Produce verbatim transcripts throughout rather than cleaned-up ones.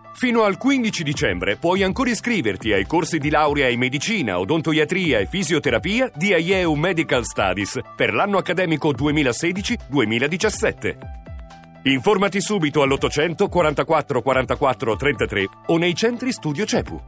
Fino al quindici dicembre puoi ancora iscriverti ai corsi di laurea in medicina, odontoiatria e fisioterapia di Aieu Medical Studies per l'anno accademico duemilasedici duemiladiciassette. Informati subito all'ottocento quarantaquattro quarantaquattro trentatré o nei centri studio CEPU.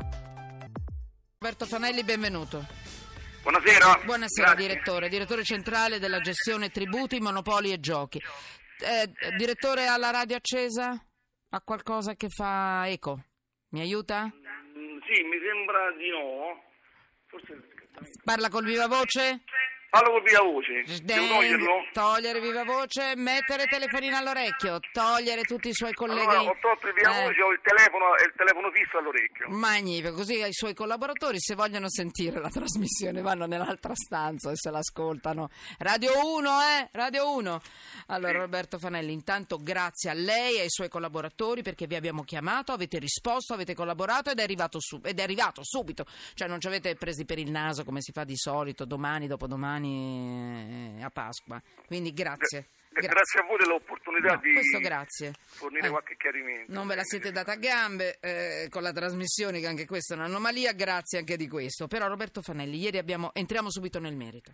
Roberto Fanelli, benvenuto. Buonasera. Buonasera, Grazie. direttore, direttore centrale della gestione tributi, monopoli e giochi. Eh, direttore, alla radio accesa? Ha qualcosa che fa eco? Mi aiuta? Mm, sì, mi sembra di no. Forse... Parla col viva voce? Parlo con via voce. Devo toglierlo? Togliere viva voce, mettere telefonino all'orecchio, togliere tutti i suoi colleghi. Allora, ho tolto il via Eh. voce, ho il telefono e il telefono fisso all'orecchio. Magnifico, così i suoi collaboratori, se vogliono sentire la trasmissione, vanno nell'altra stanza e se l'ascoltano. Radio uno, eh? Radio uno. Allora, Sì. Roberto Fanelli, intanto grazie a lei e ai suoi collaboratori perché vi abbiamo chiamato, avete risposto, avete collaborato ed è arrivato, su- ed è arrivato subito. Cioè non ci avete presi per il naso come si fa di solito, domani, dopodomani eh, a Pasqua. Quindi grazie. Grazie. Grazie a voi dell'opportunità No, di questo grazie. fornire Eh. qualche chiarimento. Non ve la siete data a gambe eh, con la trasmissione, che anche questa è un'anomalia, grazie anche di questo. Però Roberto Fanelli, ieri abbiamo, entriamo subito nel merito.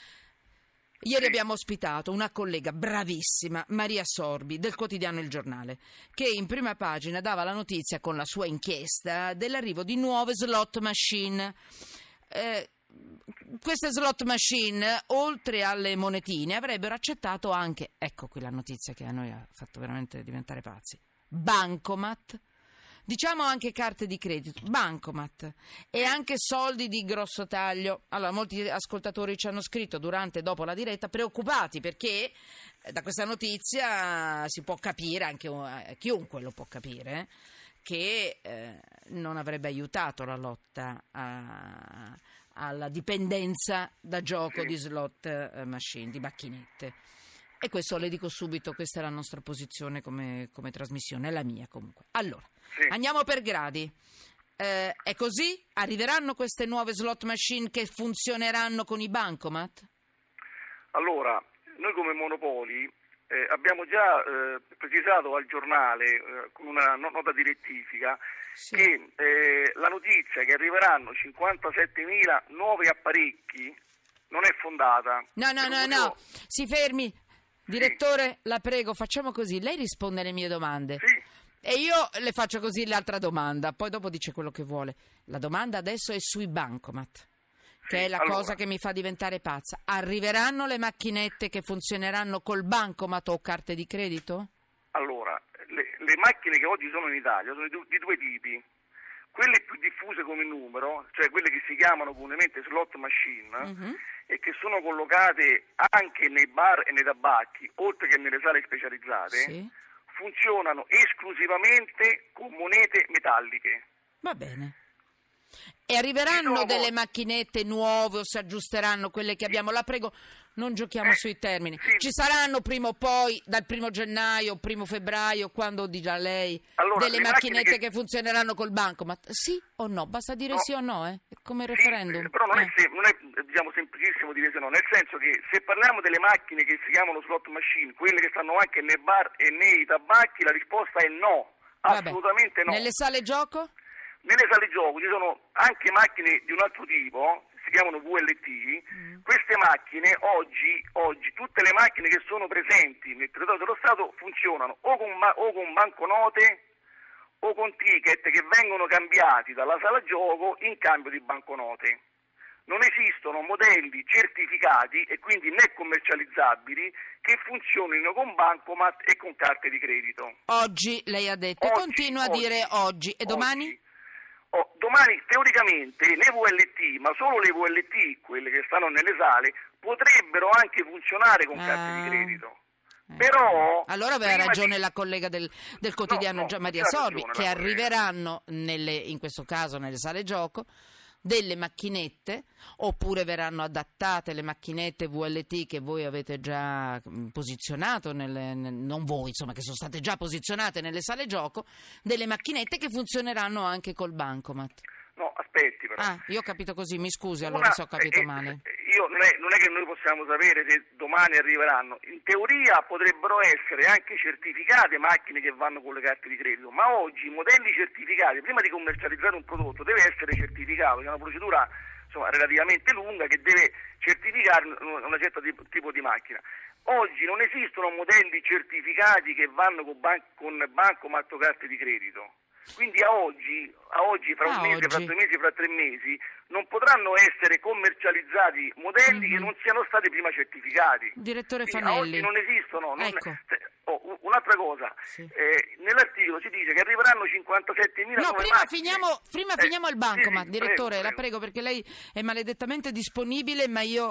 Ieri Sì. abbiamo ospitato una collega bravissima, Maria Sorbi, del quotidiano Il Giornale, che in prima pagina dava la notizia con la sua inchiesta dell'arrivo di nuove slot machine. Eh, queste slot machine, oltre alle monetine, avrebbero accettato anche, ecco qui la notizia che a noi ha fatto veramente diventare pazzi, bancomat, diciamo anche carte di credito, bancomat e anche soldi di grosso taglio. Allora, molti ascoltatori ci hanno scritto durante e dopo la diretta preoccupati perché eh, da questa notizia si può capire, anche eh, chiunque lo può capire, eh, che eh, non avrebbe aiutato la lotta a... alla dipendenza da gioco Sì. di slot eh, machine, di macchinette. E questo le dico subito, questa è la nostra posizione come, come trasmissione, è la mia comunque. Allora, Sì. andiamo per gradi. Eh, è così? Arriveranno queste nuove slot machine che funzioneranno con i bancomat? Allora, noi come Monopoli eh, abbiamo già eh, precisato al giornale eh, con una no- nota di rettifica Sì. che eh, la notizia che arriveranno cinquantasettemila nuovi apparecchi non è fondata. No, no, Per no, un no, motivo- si fermi. Direttore, la prego, facciamo così. Lei risponde alle mie domande. Sì, E io le faccio così l'altra domanda, poi dopo dice quello che vuole. La domanda adesso è sui bancomat, che Sì, è la allora. cosa che mi fa diventare pazza. Arriveranno le macchinette che funzioneranno col bancomat o carte di credito? allora, le, le macchine che oggi sono in Italia sono di, du- di due tipi. Quelle più diffuse come numero, cioè quelle che si chiamano comunemente slot machine, Mhm. e che sono collocate anche nei bar e nei tabacchi, oltre che nelle sale specializzate, Sì, funzionano esclusivamente con monete metalliche. va bene. E arriveranno Ci sono- delle macchinette nuove o si aggiusteranno quelle che abbiamo? La prego, non giochiamo Eh, sui termini. sì. Ci saranno prima o poi, dal primo gennaio, primo febbraio, quando dirà lei, Allora, delle le macchinette macchine che... che- funzioneranno col bancomat? Sì o no? Basta dire No. sì o no, eh? È come il Sì, referendum. eh, però non, Eh. è, sem- non è diciamo, semplicissimo dire se no, nel senso che se parliamo delle macchine che si chiamano slot machine, quelle che stanno anche nei bar e nei tabacchi, la risposta è no, Vabbè. assolutamente no. Nelle sale gioco? Nelle sale gioco ci sono anche macchine di un altro tipo, si chiamano V L T. Mm. Queste macchine oggi, oggi, tutte le macchine che sono presenti nel territorio dello Stato funzionano o con, ma- o con banconote o con ticket che vengono cambiati dalla sala gioco in cambio di banconote. Non esistono modelli certificati e quindi né commercializzabili che funzionino con bancomat e con carte di credito. Oggi, lei ha detto, e Oggi, continua a oggi, dire oggi. E domani? oggi. Oh, domani teoricamente le V L T, ma solo le V L T, quelle che stanno nelle sale, potrebbero anche funzionare con carte Ah. di credito. Eh. Però Allora aveva prima ragione di- la collega del, del quotidiano No, no, Gian Maria c'ha Sorbi, ragione che la collega. arriveranno nelle, in questo caso nelle sale gioco delle macchinette, oppure verranno adattate le macchinette V L T che voi avete già mh, posizionato, nelle, nel- non voi insomma, che sono state già posizionate nelle sale gioco, delle macchinette che funzioneranno anche col bancomat. No, aspetti però. Ah, io ho capito così, mi scusi Una- allora se ho capito eh, male. eh, io non è, non è che noi possiamo sapere se domani arriveranno. In teoria potrebbero essere anche certificate macchine che vanno con le carte di credito, ma oggi i modelli certificati, prima di commercializzare un prodotto, deve essere certificato, è una procedura insomma relativamente lunga che deve certificare una certa tipo di macchina. Oggi non esistono modelli certificati che vanno con, ban- con bancomat o carte di credito. Quindi a oggi, a oggi fra un a mese, oggi. fra due mesi, fra tre mesi, non potranno essere commercializzati modelli mm-hmm. che non siano stati prima certificati. Direttore Quindi Fanelli. a oggi non esistono. Non, ecco. oh, un'altra cosa, sì. eh, nell'articolo si dice che arriveranno cinquantasettemila No, nuove prima macchine. finiamo, prima eh, finiamo il bancomat, sì, sì, direttore, prego, la prego. prego, perché lei è maledettamente disponibile, ma io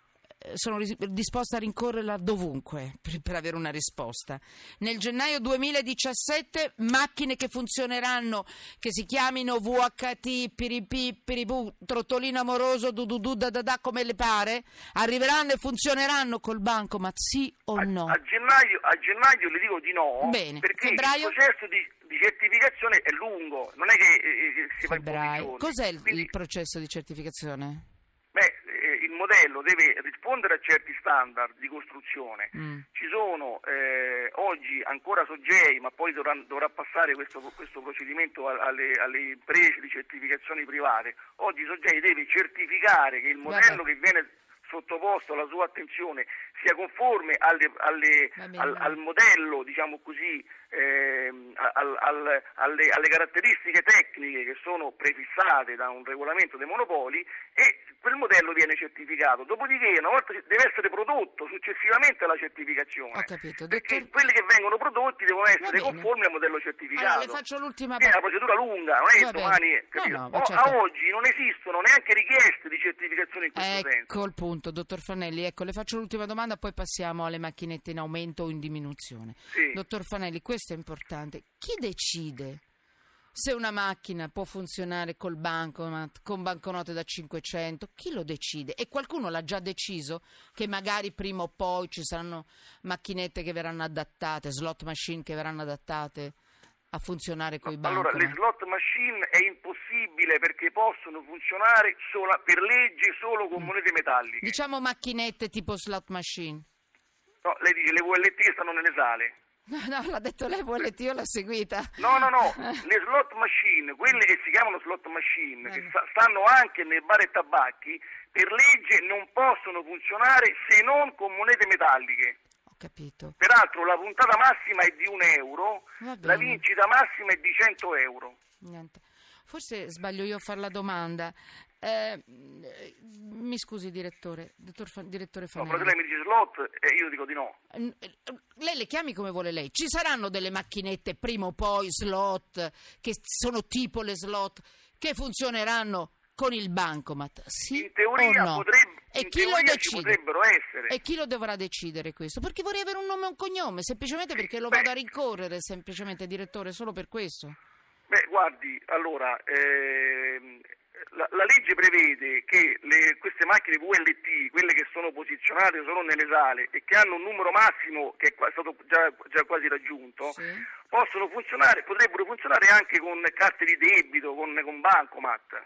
sono ris- disposta a rincorrerla dovunque per, per avere una risposta. Nel gennaio duemiladiciassette macchine che funzioneranno, che si chiamino V H T, piripì, piripù, trottolino amoroso, dududu, da da da, come le pare, arriveranno e funzioneranno col bancomat, sì o a, no? A gennaio, a gennaio le dico di no. Bene. Perché Febbraio? il processo di, di certificazione è lungo, non è che eh, si Febbraio. fa in pochi giorni. Cos'è il, Quindi, il processo di certificazione? Beh, eh, il modello deve rispondere a certi standard di costruzione. Mm. Ci sono eh, oggi ancora Sogei, ma poi dovrà, dovrà passare questo, questo procedimento alle, alle imprese di certificazioni private. Oggi Sogei deve certificare che il modello Vabbè. che viene sottoposto alla sua attenzione sia conforme alle, alle, bene, al, al modello, diciamo così, ehm, al, al, alle, alle caratteristiche tecniche che sono prefissate da un regolamento dei monopoli, e quel modello viene certificato. Dopodiché, una volta deve essere prodotto successivamente alla certificazione. Ho capito. Perché Dottor... quelli che vengono prodotti devono essere bene. conformi al modello certificato. Allora, le faccio l'ultima È una procedura lunga, non è che Va bene. domani... No, capito? no, ma O- certo. A oggi non esistono neanche richieste di certificazione in questo senso. Ecco il punto, dottor Fanelli. Ecco, le faccio l'ultima domanda, poi passiamo alle macchinette in aumento o in diminuzione. Sì. Dottor Fanelli, questo è importante. Chi decide se una macchina può funzionare col bancomat, con banconote da cinquecento? Chi lo decide? E qualcuno l'ha già deciso che magari prima o poi ci saranno macchinette che verranno adattate, slot machine che verranno adattate a funzionare coi bancomat? Allora, le slot machine è impossibile perché possono funzionare sola, per legge solo con monete metalliche. Diciamo macchinette tipo slot machine. No, lei dice le V L T che stanno nelle sale. No, no, l'ha detto lei, V L T, io l'ho seguita. No, no, no, le slot machine, quelle che si chiamano slot machine, che Eh. sta- stanno anche nei bar e tabacchi, per legge non possono funzionare se non con monete metalliche. Ho capito. Peraltro la puntata massima è di un euro, Va bene. la vincita massima è di cento euro. Niente. Forse sbaglio io a fare la domanda. Eh, mi scusi, direttore, dottor Fa- direttore No, Fanelli. però se lei mi dice slot e io dico di no. Eh, Lei le chiami come vuole lei. Ci saranno delle macchinette prima o poi slot che sono tipo le slot che funzioneranno con il bancomat? Sì In teoria o no? potrebbe, E in chi lo teoria ci decide? potrebbero essere. E chi lo dovrà decidere questo? Perché vorrei avere un nome e un cognome, semplicemente perché lo Beh. vado a rincorrere, semplicemente, direttore, solo per questo. Beh, guardi, allora, ehm, la, la legge prevede che le, queste macchine V L T, quelle che sono posizionate solo nelle sale e che hanno un numero massimo che è qua- stato già, già quasi raggiunto, Sì. possono funzionare, potrebbero funzionare anche con carte di debito, con, con bancomat.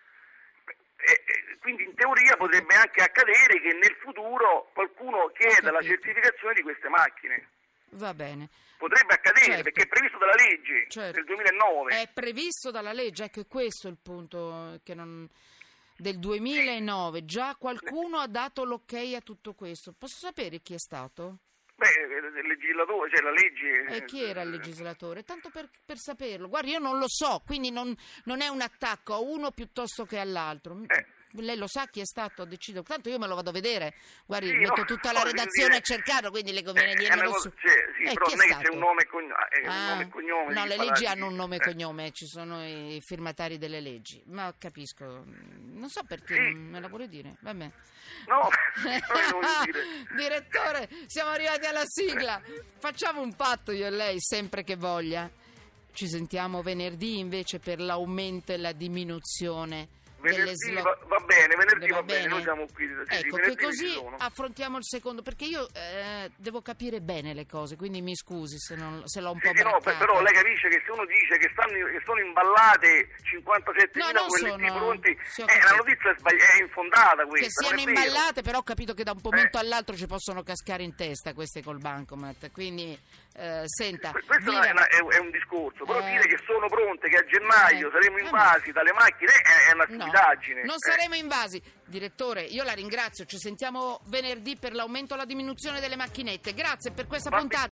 E, e, quindi in teoria potrebbe anche accadere che nel futuro qualcuno chieda la capito. certificazione di queste macchine. Va bene. Potrebbe accadere Certo. perché è previsto dalla legge Certo. del duemilanove. È previsto dalla legge, ecco, è questo il punto che non... del duemilanove. Già qualcuno ha dato l'ok a tutto questo. Posso sapere chi è stato? Beh, il legislatore, cioè la legge... E chi era il legislatore? Tanto per, per saperlo. Guardi, io non lo so, quindi non, non è un attacco a uno piuttosto che all'altro. Eh. Lei lo sa chi è stato a decidere? Tanto io me lo vado a vedere. Guardi, Sì, metto no, tutta no, la voglio redazione dire, a cercarlo, quindi le conviene Eh, è una dirmelo cosa- su. cioè, sì, Eh, però chi non è che stato? c'è un nome e cognome, eh, un Ah, nome e cognome no, di le parlare leggi di- hanno un nome e eh. cognome, ci sono i firmatari delle leggi, ma capisco, non so perché, Sì. me la vuole dire, vabbè. No, non voglio dire. Direttore, siamo arrivati alla sigla, facciamo un patto io e lei, sempre che voglia. Ci sentiamo venerdì invece per l'aumento e la diminuzione venerdì delle slot. Va, va bene, venerdì va va bene, bene, noi siamo qui. Sì, ecco, sì, che così ci sono. affrontiamo il secondo, perché io eh, devo capire bene le cose, quindi mi scusi se, non, se l'ho un po' Sì, no, braccata. però lei capisce che se uno dice che, stanno, che sono imballate cinquantasettemila No, non quelle sono- di pronti, sì, ho eh, la capito. notizia è, sbagli- è infondata questa. Che siano non è vero. imballate, però ho capito che da un momento Eh. all'altro ci possono cascare in testa queste col bancomat, quindi eh, senta, Que- Questo dica- è, una- è- è un discorso, però Eh. dire che sono pronte, che a gennaio Eh. saremo Eh, invasi dalle macchine è, è una no, stupidaggine. non Eh. saremo invasi. Direttore, io la ringrazio, ci sentiamo venerdì per l'aumento o la diminuzione delle macchinette. Grazie per questa Va puntata.